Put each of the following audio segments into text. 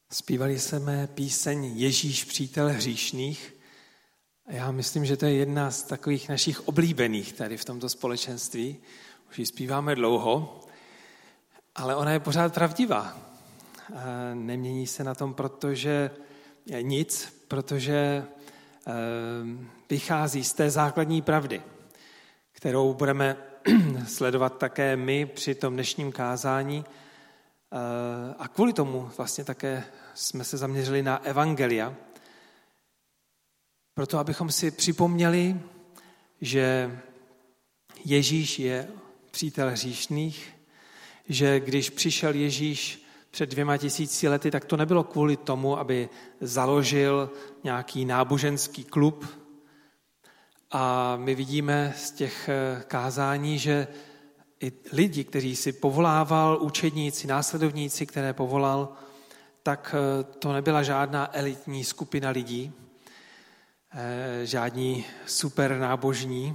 Zpívali jsme píseň Ježíš, přítel hříšných. Já myslím, že to je jedna z takových našich oblíbených tady v tomto společenství. Už ji zpíváme dlouho, ale ona je pořád pravdivá. Nemění se na tom, protože vychází z té základní pravdy, kterou budeme sledovat také my při tom dnešním kázání. A kvůli tomu vlastně také jsme se zaměřili na evangelia, proto abychom si připomněli, že Ježíš je přítel hříšných, že když přišel Ježíš před 2000 lety, tak to nebylo kvůli tomu, aby založil nějaký náboženský klub. A my vidíme z těch kázání, že i lidi, kteří si povolával, učedníci, následovníci, které povolal, tak to nebyla žádná elitní skupina lidí, žádní super nábožní,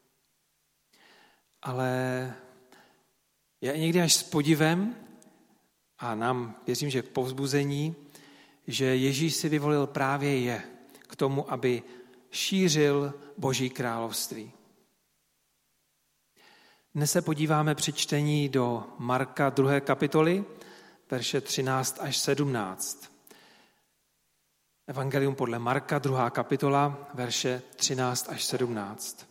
ale je někdy až s podivem a nám věřím, že k povzbuzení, že Ježíš si vyvolil právě je k tomu, aby šířil Boží království. Dnes se podíváme při čtení do Marka 2. kapitoly, verše 13 až 17. Evangelium podle Marka 2. kapitola, verše 13 až 17.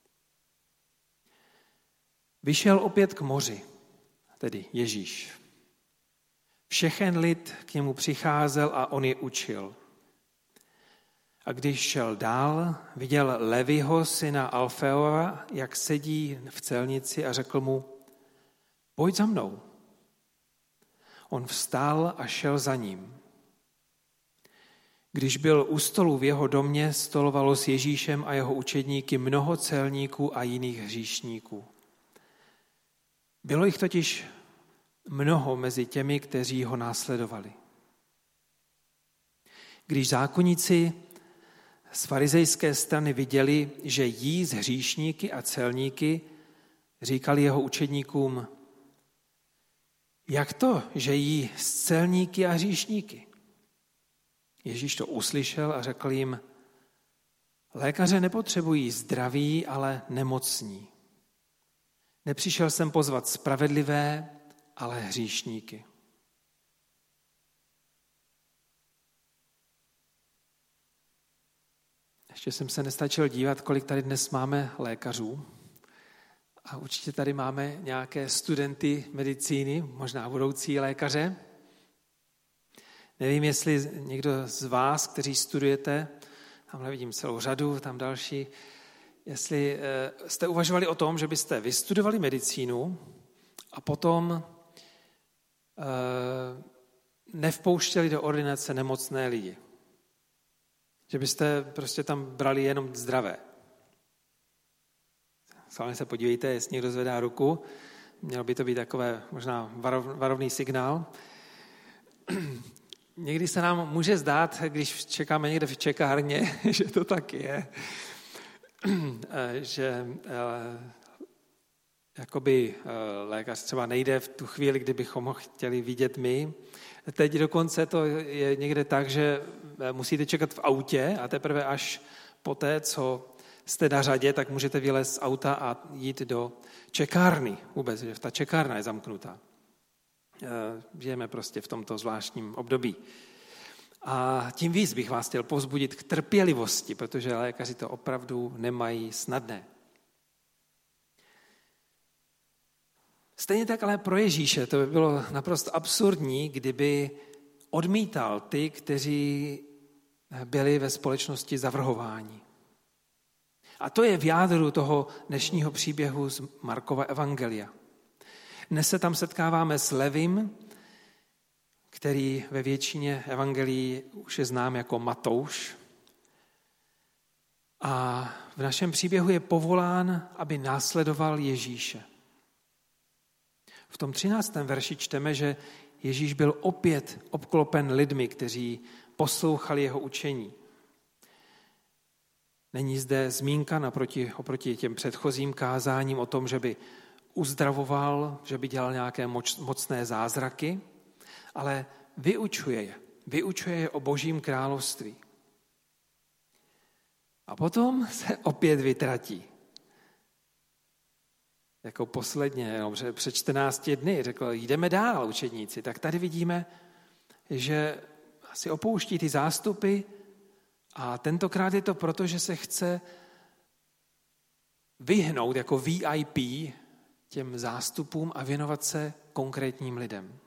Vyšel opět k moři, tedy Ježíš. Všechen lid k němu přicházel a on je učil. A když šel dál, viděl Leviho, syna Alfeova, jak sedí v celnici a řekl mu, pojď za mnou. On vstal a šel za ním. Když byl u stolu v jeho domě, stolovalo s Ježíšem a jeho učedníky mnoho celníků a jiných hříšníků. Bylo jich totiž mnoho mezi těmi, kteří ho následovali. Když zákonníci z farizejské strany viděli, že jí s hříšníky a celníky, říkali jeho učedníkům, jak to, že jí s celníky a hříšníky? Ježíš to uslyšel a řekl jim, lékaře nepotřebují zdraví, ale nemocní. Nepřišel jsem pozvat spravedlivé, ale hříšníky. Ještě jsem se nestačil dívat, kolik tady dnes máme lékařů. A určitě tady máme nějaké studenty medicíny, možná budoucí lékaře. Nevím, jestli někdo z vás, kteří studujete, tamhle vidím celou řadu, tam další, jestli jste uvažovali o tom, že byste vystudovali medicínu a potom nevpouštěli do ordinace nemocné lidi. Že byste prostě tam brali jenom zdravé. Sám se podívejte, jestli někdo zvedá ruku. Mělo by to být takové možná varovný signál. Někdy se nám může zdát, když čekáme někde v čekárně, že to tak je. Že jakoby lékař třeba nejde v tu chvíli, kdybychom ho chtěli vidět my. Teď dokonce to je někde tak, že musíte čekat v autě a teprve až poté, co jste na řadě, tak můžete vylézt z auta a jít do čekárny. Vůbec, že ta čekárna je zamknutá. Žijeme prostě v tomto zvláštním období. A tím víc bych vás chtěl povzbudit k trpělivosti, protože lékaři to opravdu nemají snadné. Stejně tak ale pro Ježíše to by bylo naprosto absurdní, kdyby odmítal ty, kteří byli ve společnosti zavrhováni. A to je v jádru toho dnešního příběhu z Markova evangelia. Dnes se tam setkáváme s Levim, který ve většině evangelií už je znám jako Matouš. A v našem příběhu je povolán, aby následoval Ježíše. V tom 13. verši čteme, že Ježíš byl opět obklopen lidmi, kteří poslouchali jeho učení. Není zde zmínka oproti těm předchozím kázáním o tom, že by uzdravoval, že by dělal nějaké mocné zázraky, ale vyučuje je. vyučuje je o Božím království. A potom se opět vytratí. Jako posledně, před 14 dny řekl, jdeme dál, učedníci. Tak tady vidíme, že si opouští ty zástupy a tentokrát je to proto, že se chce vyhnout jako VIP těm zástupům a věnovat se konkrétním lidem.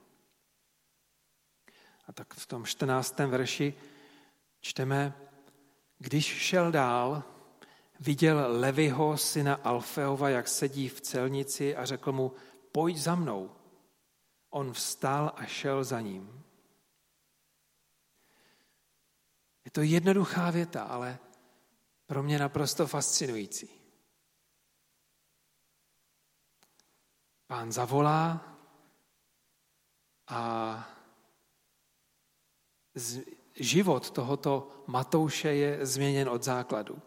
A tak v tom 14. verši čteme, když šel dál, viděl Leviho, syna Alfeova, jak sedí v celnici a řekl mu, pojď za mnou. On vstal a šel za ním. Je to jednoduchá věta, ale pro mě naprosto fascinující. Pán zavolá a život tohoto Matouše je změněn od základu.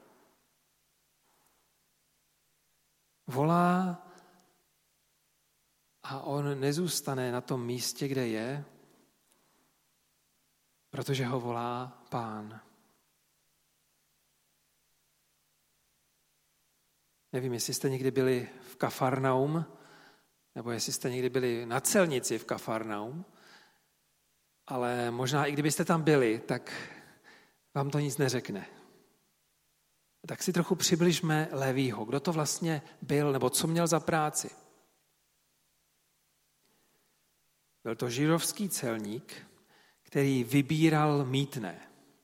Volá a on nezůstane na tom místě, kde je, protože ho volá Pán. Nevím, jestli jste někdy byli v Kafarnaum, nebo jestli jste někdy byli na celnici v Kafarnaum, ale možná i kdybyste tam byli, tak vám to nic neřekne. Tak si trochu přibližme Levího. Kdo to vlastně byl, nebo co měl za práci? Byl to židovský celník, který vybíral mýtné.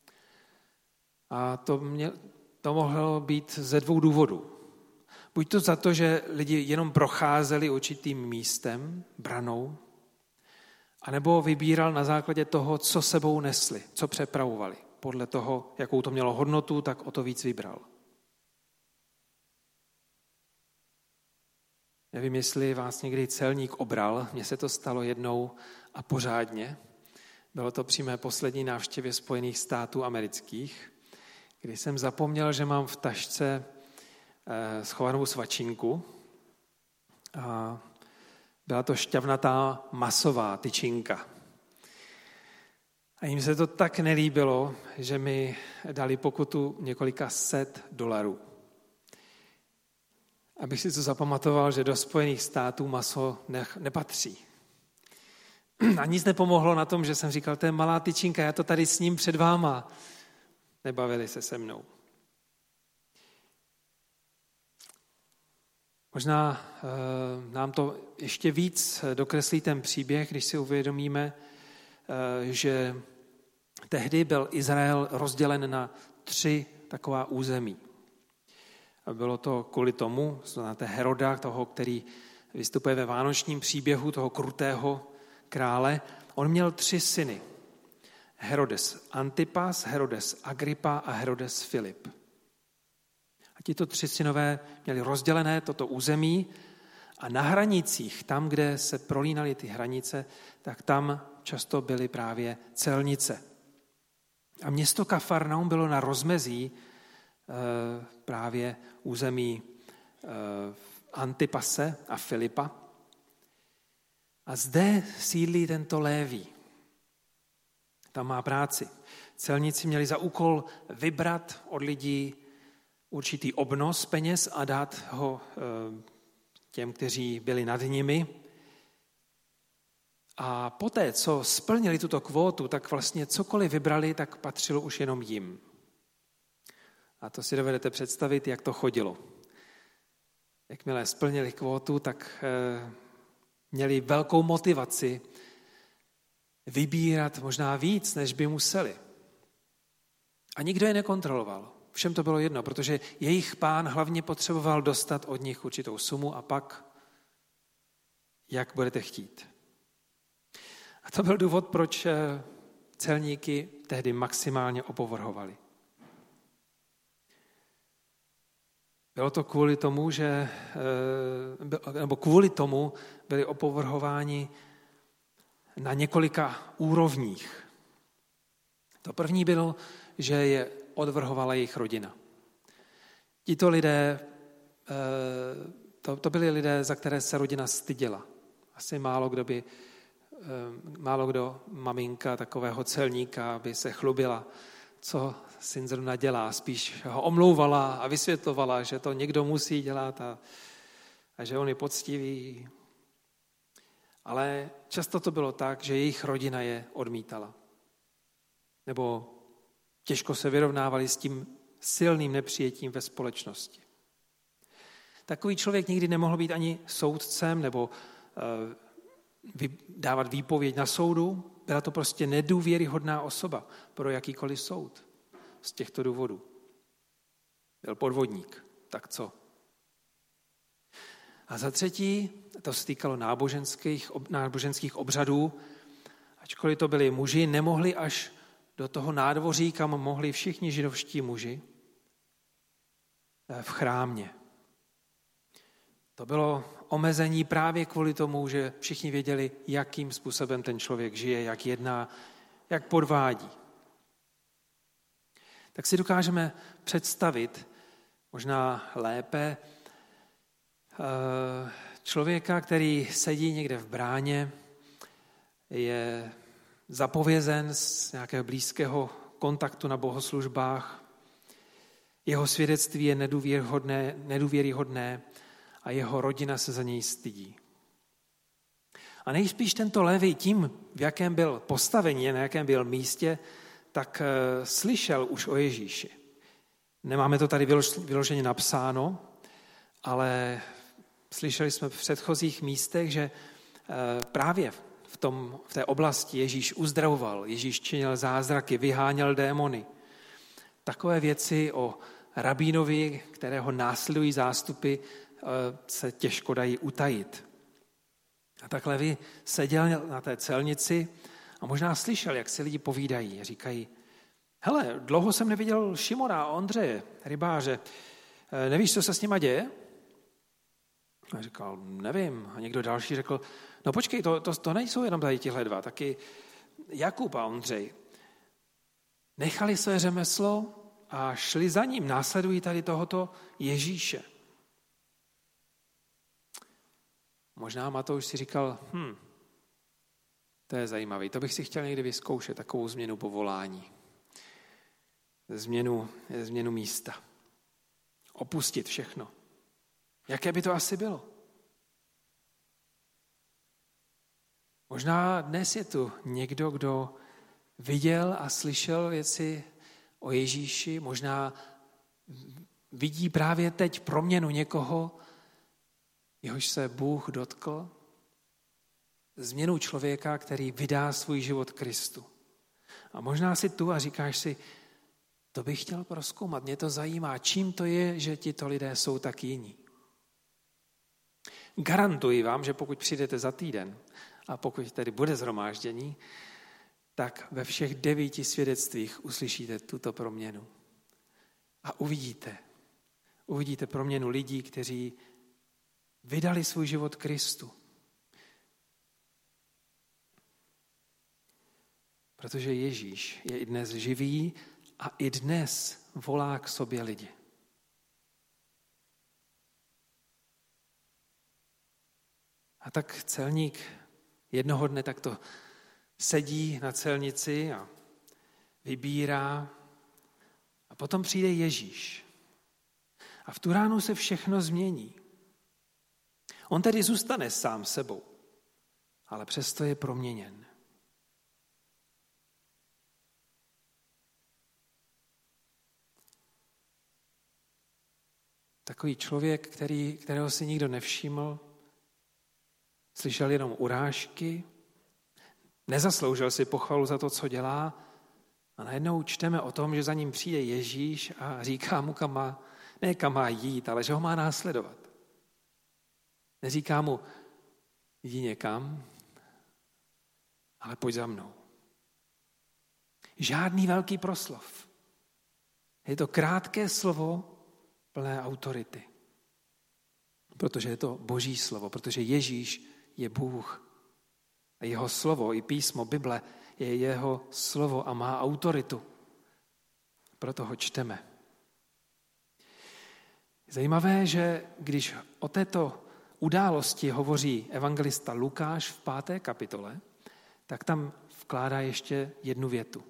A to mohlo být ze 2 důvodů. Buď to za to, že lidi jenom procházeli určitým místem, branou, anebo vybíral na základě toho, co sebou nesli, co přepravovali. Podle toho, jakou to mělo hodnotu, tak o to víc vybral. Nevím, jestli vás někdy celník obral, mně se to stalo jednou a pořádně. Bylo to při mé poslední návštěvě Spojených států amerických, kdy jsem zapomněl, že mám v tašce schovanou svačinku. A byla to šťavnatá masová tyčinka. A jim se to tak nelíbilo, že mi dali pokutu několika set $. Abych si to zapamatoval, že do Spojených států maso nepatří. A nic nepomohlo na tom, že jsem říkal, to je malá tyčinka, já to tady sním před váma. Nebavili se mnou. Možná nám to ještě víc dokreslí ten příběh, když si uvědomíme, že tehdy byl Izrael rozdělen na 3 taková území. A bylo to kvůli tomu, znáte Heroda, toho, který vystupuje ve vánočním příběhu, toho krutého krále. On měl 3 syny. Herodes Antipas, Herodes Agrippa a Herodes Filip. A tito 3 synové měli rozdělené toto území a na hranicích, tam, kde se prolínaly ty hranice, tak tam často byly právě celnice. A město Kafarnaum bylo na rozmezí právě území Antipase a Filipa. A zde sídlí tento Léví. Tam má práci. Celníci měli za úkol vybrat od lidí určitý obnos peněz a dát ho těm, kteří byli nad nimi. A poté, co splnili tuto kvótu, tak vlastně cokoliv vybrali, tak patřilo už jenom jim. A to si dovedete představit, jak to chodilo. Jakmile splnili kvótu, tak měli velkou motivaci vybírat možná víc, než by museli. A nikdo je nekontroloval. Všem to bylo jedno, protože jejich pán hlavně potřeboval dostat od nich určitou sumu a pak, jak budete chtít. A to byl důvod, proč celníky tehdy maximálně opovrhovali. Bylo to kvůli tomu, kvůli tomu byli opovrhováni na několika úrovních. To první bylo, že je odvrhovala jejich rodina. Tito lidé, to byli lidé, za které se rodina styděla. Asi málo kdo by málo kdo, maminka takového celníka by se chlubila, co syn zrovna dělá. Spíš ho omlouvala a vysvětlovala, že to někdo musí dělat a že on je poctivý. Ale často to bylo tak, že jejich rodina je odmítala. Nebo těžko se vyrovnávali s tím silným nepřijetím ve společnosti. Takový člověk nikdy nemohl být ani soudcem nebo dávat výpověď na soudu. Byla to prostě nedůvěryhodná osoba pro jakýkoliv soud z těchto důvodů. Byl podvodník, tak co? A za třetí, to se týkalo náboženských obřadů, ačkoliv to byli muži, nemohli až do toho nádvoří, kam mohli všichni židovští muži v chrámě. To bylo omezení právě kvůli tomu, že všichni věděli, jakým způsobem ten člověk žije, jak jedná, jak podvádí. Tak si dokážeme představit možná lépe člověka, který sedí někde v bráně, je zapovězen z nějakého blízkého kontaktu na bohoslužbách, jeho svědectví je nedůvěryhodné a jeho rodina se za něj stydí. A nejspíš tento Levi tím, v jakém byl postavení, na jakém byl místě, tak slyšel už o Ježíši. Nemáme to tady vyloženě napsáno, ale slyšeli jsme v předchozích místech, že právě v té oblasti Ježíš uzdravoval, Ježíš činil zázraky, vyháněl démony. Takové věci o rabínovi, kterého následují zástupy, se těžko dají utajit. A tak Levi seděl na té celnici a možná slyšel, jak si lidi povídají. Říkají, hele, dlouho jsem neviděl Šimona a Ondřeje, rybáře. Nevíš, co se s nima děje? A říkal, nevím. A někdo další řekl, no počkej, to nejsou jenom tady tihle dva, taky Jakub a Ondřej. Nechali své řemeslo a šli za ním, následují tady tohoto Ježíše. Možná Matouš si říkal, to je zajímavý, to bych si chtěl někdy vyzkoušet, takovou změnu povolání, změnu místa, opustit všechno. Jaké by to asi bylo? Možná dnes je tu někdo, kdo viděl a slyšel věci o Ježíši, možná vidí právě teď proměnu někoho, jehož se Bůh dotkl, změnu člověka, který vydá svůj život Kristu. A možná si tu a říkáš si, to bych chtěl prozkoumat, mě to zajímá, čím to je, že tito lidé jsou tak jiní. Garantuji vám, že pokud přijdete za týden a pokud tedy bude shromáždění, tak ve všech 9 svědectvích uslyšíte tuto proměnu. A uvidíte proměnu lidí, kteří vydali svůj život Kristu. Protože Ježíš je i dnes živý a i dnes volá k sobě lidi. A tak celník jednoho dne takto sedí na celnici a vybírá a potom přijde Ježíš. A v tu ránu se všechno změní. On tedy zůstane sám sebou, ale přesto je proměněn. Takový člověk, kterého si nikdo nevšiml, slyšel jenom urážky, nezasloužil si pochvalu za to, co dělá a najednou čteme o tom, že za ním přijde Ježíš a říká mu, kam má jít, ale že ho má následovat. Neříká mu, jdi někam, ale pojď za mnou. Žádný velký proslov. Je to krátké slovo plné autority. Protože je to Boží slovo, protože Ježíš je Bůh. A jeho slovo i písmo Bible je jeho slovo a má autoritu. Proto ho čteme. Zajímavé, že když o této události hovoří evangelista Lukáš v 5. kapitole, tak tam vkládá ještě jednu větu.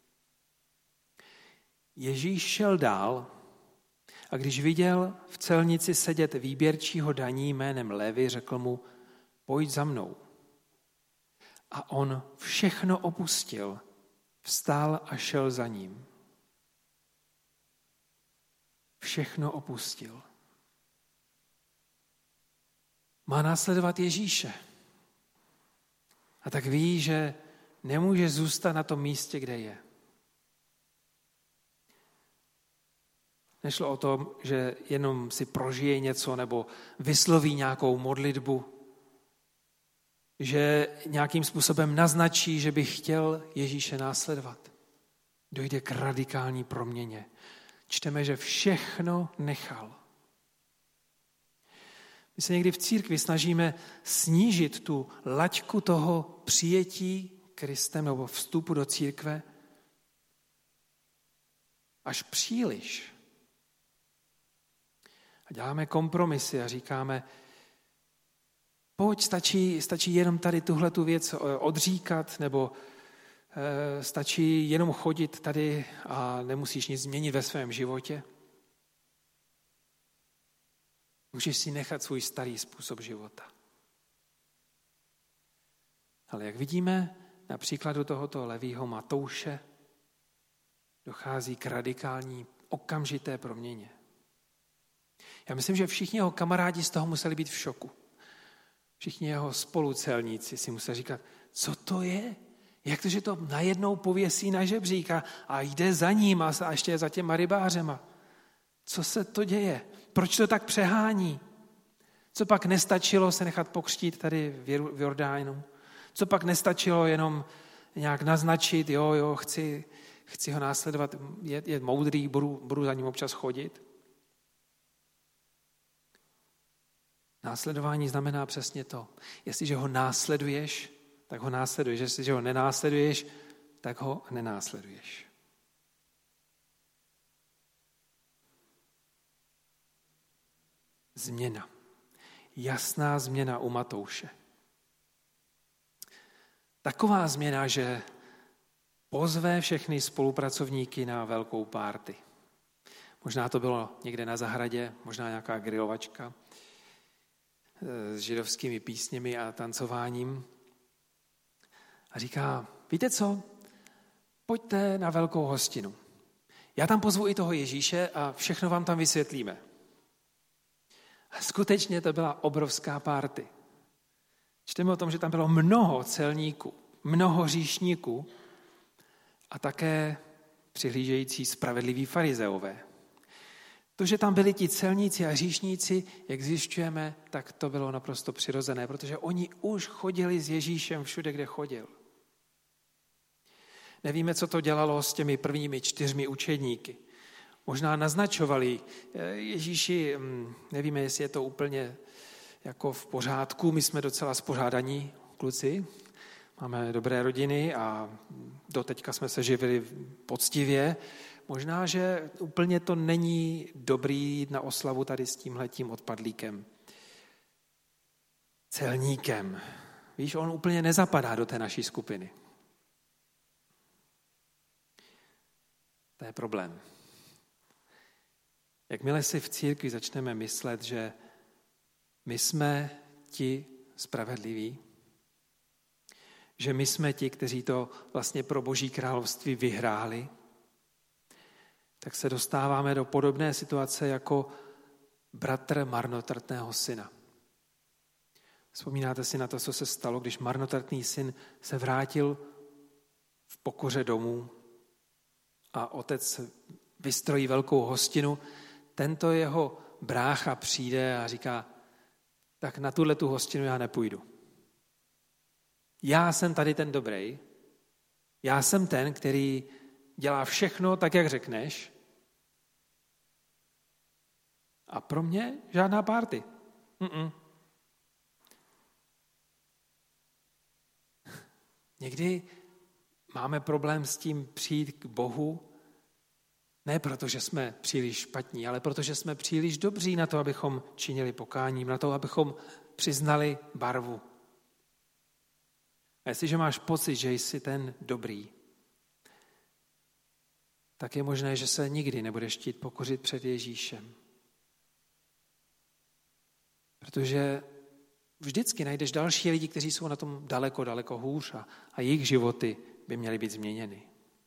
Ježíš šel dál a když viděl v celnici sedět výběrčího daní jménem Levi, řekl mu, pojď za mnou. A on všechno opustil, vstal a šel za ním. Všechno opustil. Má následovat Ježíše. A tak ví, že nemůže zůstat na tom místě, kde je. Nešlo o to, že jenom si prožije něco nebo vysloví nějakou modlitbu, že nějakým způsobem naznačí, že by chtěl Ježíše následovat. Dojde k radikální proměně. Čteme, že všechno nechal. My se někdy v církvi snažíme snížit tu laťku toho přijetí Kristem nebo vstupu do církve až příliš. A děláme kompromisy a říkáme, pojď, stačí jenom tady tuhletu věc odříkat, nebo stačí jenom chodit tady a nemusíš nic změnit ve svém životě. Můžeš si nechat svůj starý způsob života. Ale jak vidíme na příkladu tohoto Levího Matouše, dochází k radikální okamžité proměně. Já myslím, že všichni jeho kamarádi z toho museli být v šoku. Všichni jeho spolucelníci si museli říkat, co to je? Jak to, že to najednou pověsí na žebřík a jde za ním a ještě za těma rybářema? Co se to děje? Proč to tak přehání? Co pak nestačilo se nechat pokřtít tady v Jordánu? Co pak nestačilo jenom nějak naznačit, jo, chci ho následovat, je moudrý, budu za ním občas chodit? Následování znamená přesně to. Jestliže ho následuješ, tak ho následuješ. Jestliže ho nenásleduješ, tak ho nenásleduješ. Změna. Jasná změna u Matouše. Taková změna, že pozve všechny spolupracovníky na velkou párty. Možná to bylo někde na zahradě, možná nějaká grilovačka s židovskými písněmi a tancováním. A říká, víte co, pojďte na velkou hostinu. Já tam pozvu i toho Ježíše a všechno vám tam vysvětlíme. A skutečně to byla obrovská párty. Čteme o tom, že tam bylo mnoho celníků, mnoho hříšníků a také přihlížející spravedliví farizeové. To, že tam byli ti celníci a hříšníci, jak zjišťujeme, tak to bylo naprosto přirozené, protože oni už chodili s Ježíšem všude, kde chodil. Nevíme, co to dělalo s těmi prvními 4 učedníky. Možná naznačovali Ježíši, nevíme, jestli je to úplně jako v pořádku, my jsme docela spořádaní kluci, máme dobré rodiny a doteďka jsme se živili poctivě. Možná, že úplně to není dobrý jít na oslavu tady s tímhletím odpadlíkem. Celníkem. Víš, on úplně nezapadá do té naší skupiny. To je problém. Jakmile si v církvi začneme myslet, že my jsme ti spravedliví, že my jsme ti, kteří to vlastně pro Boží království vyhráli, tak se dostáváme do podobné situace jako bratr marnotratného syna. Vzpomínáte si na to, co se stalo, když marnotratný syn se vrátil v pokoře domů a otec vystrojí velkou hostinu. Tento jeho brácha přijde a říká, tak na tuhletu hostinu já nepůjdu. Já jsem tady ten dobrý, já jsem ten, který dělá všechno tak, jak řekneš, a pro mě žádná párty. Někdy máme problém s tím přijít k Bohu, ne proto, že jsme příliš špatní, ale protože jsme příliš dobří na to, abychom činili pokání, na to, abychom přiznali barvu. A jestliže máš pocit, že jsi ten dobrý, tak je možné, že se nikdy nebudeš chtít pokořit před Ježíšem. Protože vždycky najdeš další lidi, kteří jsou na tom daleko, daleko hůř a jejich životy by měly být změněny.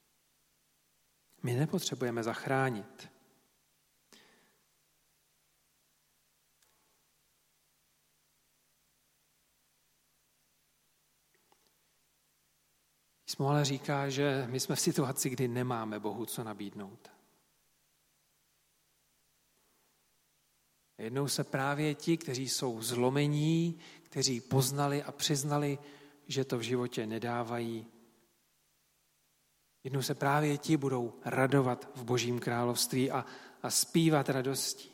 My nepotřebujeme zachránit. Písmo ale říká, že my jsme v situaci, kdy nemáme Bohu co nabídnout. Jednou se právě ti, kteří jsou zlomení, kteří poznali a přiznali, že to v životě nedávají, jednou se právě ti budou radovat v Božím království a zpívat radostí.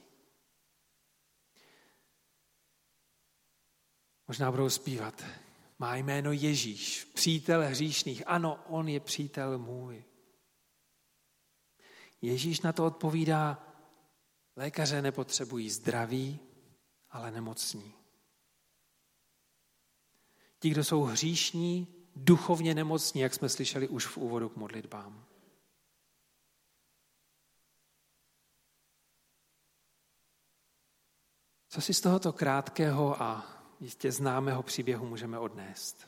Možná budou zpívat: má jméno Ježíš, přítel hříšných. Ano, on je přítel můj. Ježíš na to odpovídá: lékaře nepotřebují zdraví, ale nemocní. Ti, kdo jsou hříšní, duchovně nemocní, jak jsme slyšeli už v úvodu k modlitbám. Co si z tohoto krátkého a jistě známého příběhu můžeme odnést?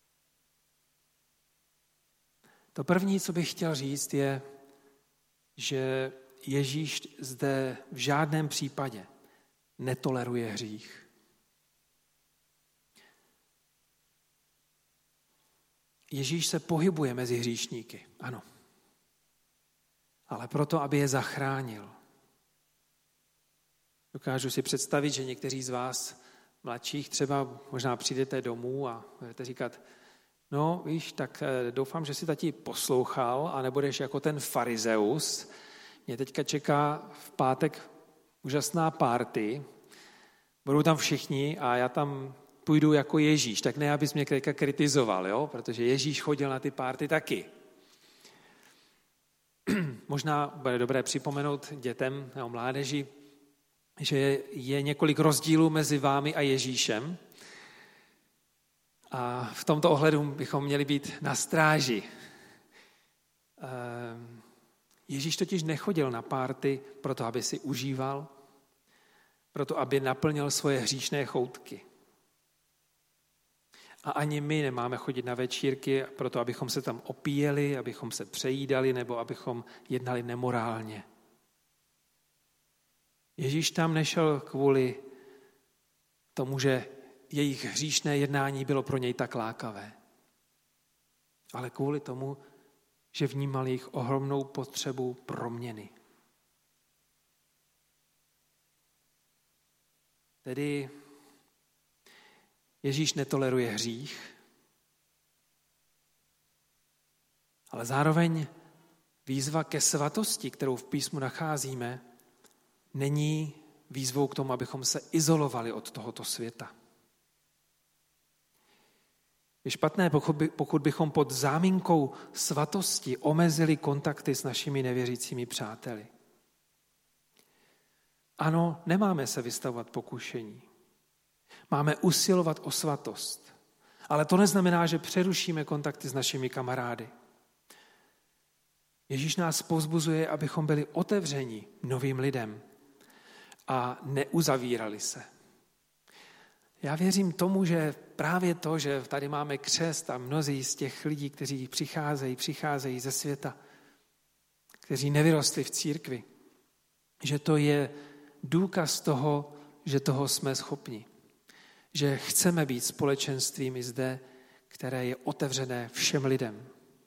To první, co bych chtěl říct, je, že Ježíš zde v žádném případě netoleruje hřích. Ježíš se pohybuje mezi hříšníky, ano. Ale proto, aby je zachránil. Dokážu si představit, že někteří z vás mladších třeba možná přijdete domů a budete říkat: no víš, tak doufám, že si tati poslouchal a nebudeš jako ten farizeus. Mě teďka čeká v pátek úžasná party, budou tam všichni a já tam půjdu jako Ježíš, tak ne, abys mě teďka kritizoval, jo? Protože Ježíš chodil na ty party taky. Možná bude dobré připomenout dětem nebo mládeži, že je několik rozdílů mezi vámi a Ježíšem. A v tomto ohledu bychom měli být na stráži. Ježíš totiž nechodil na párty proto, aby si užíval, proto, aby naplnil svoje hříšné choutky. A ani my nemáme chodit na večírky proto, abychom se tam opíjeli, abychom se přejídali nebo abychom jednali nemorálně. Ježíš tam nešel kvůli tomu, že jejich hříšné jednání bylo pro něj tak lákavé, ale kvůli tomu, že vnímal jejich ohromnou potřebu proměny. Tedy Ježíš netoleruje hřích, ale zároveň výzva ke svatosti, kterou v písmu nacházíme, není výzvou k tomu, abychom se izolovali od tohoto světa. Je špatné, pokud bychom pod záminkou svatosti omezili kontakty s našimi nevěřícími přáteli. Ano, nemáme se vystavovat pokušení. Máme usilovat o svatost. Ale to neznamená, že přerušíme kontakty s našimi kamarády. Ježíš nás povzbuzuje, abychom byli otevřeni novým lidem a neuzavírali se. Já věřím tomu, že právě to, že tady máme křest a mnozí z těch lidí, kteří přicházejí ze světa, kteří nevyrostli v církvi, že to je důkaz toho, že toho jsme schopni. Že chceme být společenstvím i zde, které je otevřené všem lidem.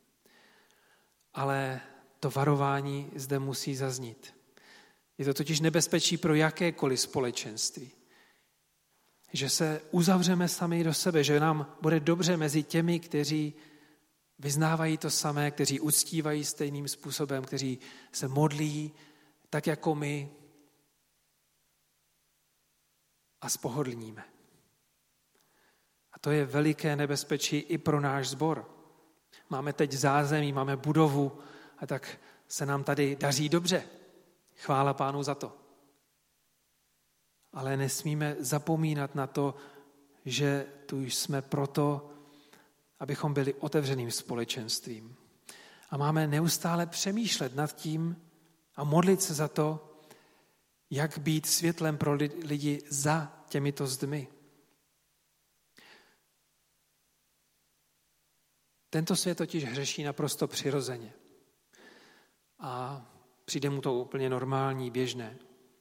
Ale to varování zde musí zaznít. Je to totiž nebezpečí pro jakékoliv společenství. Že se uzavřeme sami do sebe, že nám bude dobře mezi těmi, kteří vyznávají to samé, kteří uctívají stejným způsobem, kteří se modlí tak jako my a spohodlníme. A to je veliké nebezpečí i pro náš sbor. Máme teď zázemí, máme budovu a tak se nám tady daří dobře. Chvála Pánu za to. Ale nesmíme zapomínat na to, že tu jsme proto, abychom byli otevřeným společenstvím. A máme neustále přemýšlet nad tím a modlit se za to, jak být světlem pro lidi za těmito zdmi. Tento svět totiž hřeší naprosto přirozeně. A přijde mu to úplně normální, běžné.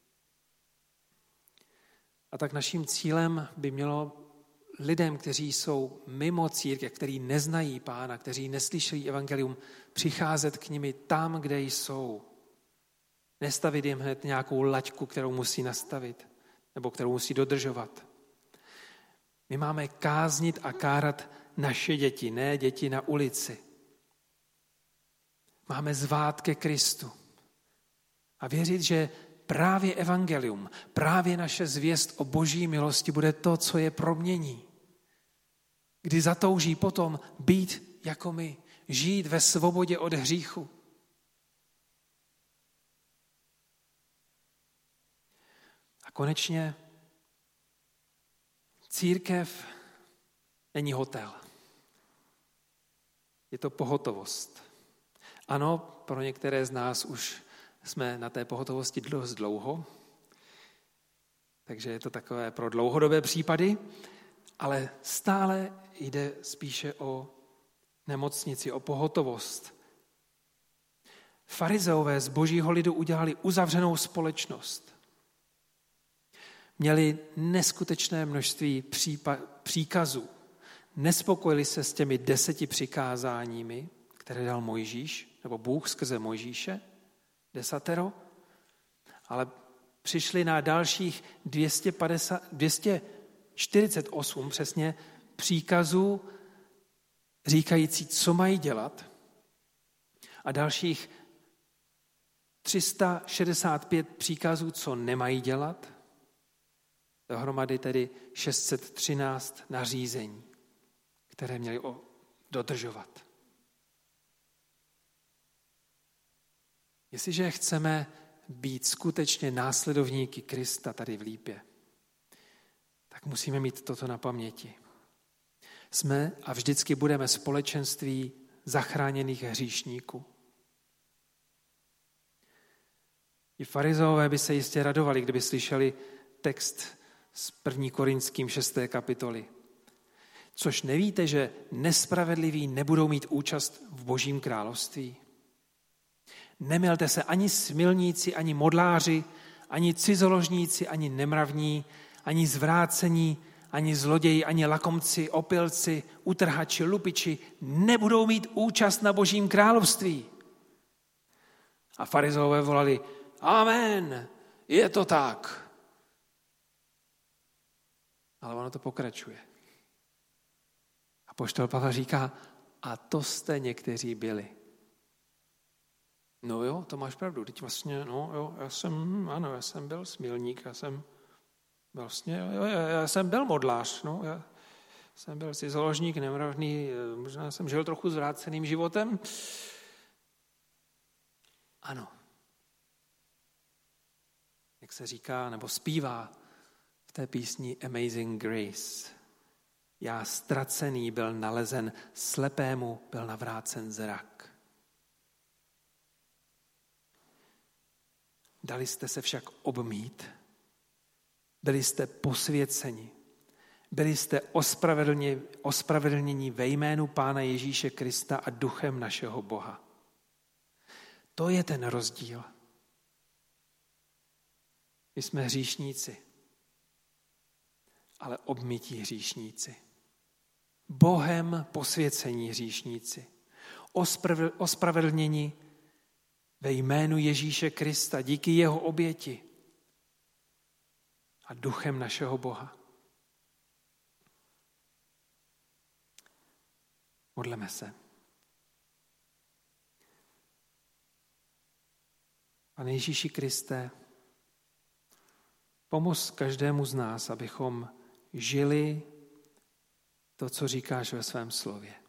A tak naším cílem by mělo lidem, kteří jsou mimo církev, kteří neznají Pána, kteří neslyšeli evangelium, přicházet k nimi tam, kde jsou. Nestavit jim hned nějakou laťku, kterou musí nastavit, nebo kterou musí dodržovat. My máme káznit a kárat naše děti, ne děti na ulici. Máme zvát ke Kristu a věřit, že právě evangelium, právě naše zvěst o boží milosti bude to, co je promění. Kdy zatouží potom být jako my, žít ve svobodě od hříchu. A konečně církev není hotel. Je to pohotovost. Ano, pro některé z nás už jsme na té pohotovosti dost dlouho, takže je to takové pro dlouhodobé případy, ale stále jde spíše o nemocnici, o pohotovost. Farizeové z božího lidu udělali uzavřenou společnost. Měli neskutečné množství příkazů. Nespokojili se s těmi 10 přikázáními, které dal Mojžíš, nebo Bůh skrze Mojžíše, 10, ale přišli na dalších 248 přesně příkazů říkající, co mají dělat, a dalších 365 příkazů, co nemají dělat, dohromady tedy 613 nařízení, které měli dodržovat. Jestliže chceme být skutečně následovníky Krista tady v Lípě, tak musíme mít toto na paměti. Jsme a vždycky budeme společenství zachráněných hříšníků. I farizeové by se jistě radovali, kdyby slyšeli text z 1. Korinským 6. kapitoly. Což nevíte, že nespravedliví nebudou mít účast v Božím království? Nemilte se ani smilníci, ani modláři, ani cizoložníci, ani nemravní, ani zvrácení, ani zloději, ani lakomci, opilci, utrhači, lupiči nebudou mít účast na Božím království. A farizeové volali, amen, je to tak. Ale ono to pokračuje. Apoštol Pavel říká, a to jste někteří byli. No jo, to máš pravdu, teď vlastně, no jo, já jsem byl smilník, já jsem byl modlář, no, já jsem byl cizoložník, nemravný, možná jsem žil trochu zvráceným životem. Ano. Jak se říká, nebo zpívá v té písni Amazing Grace. Já ztracený byl nalezen, slepému byl navrácen zrak. Dali jste se však obmít, byli jste posvěceni, byli jste ospravedlněni ve jménu Pána Ježíše Krista a duchem našeho Boha. To je ten rozdíl. My jsme hříšníci, ale obmytí hříšníci. Bohem posvěcení hříšníci. Ospravedlněni ve jménu Ježíše Krista, díky jeho oběti a duchem našeho Boha. Modleme se. Pane Ježíši Kriste, pomoz každému z nás, abychom žili to, co říkáš ve svém slově.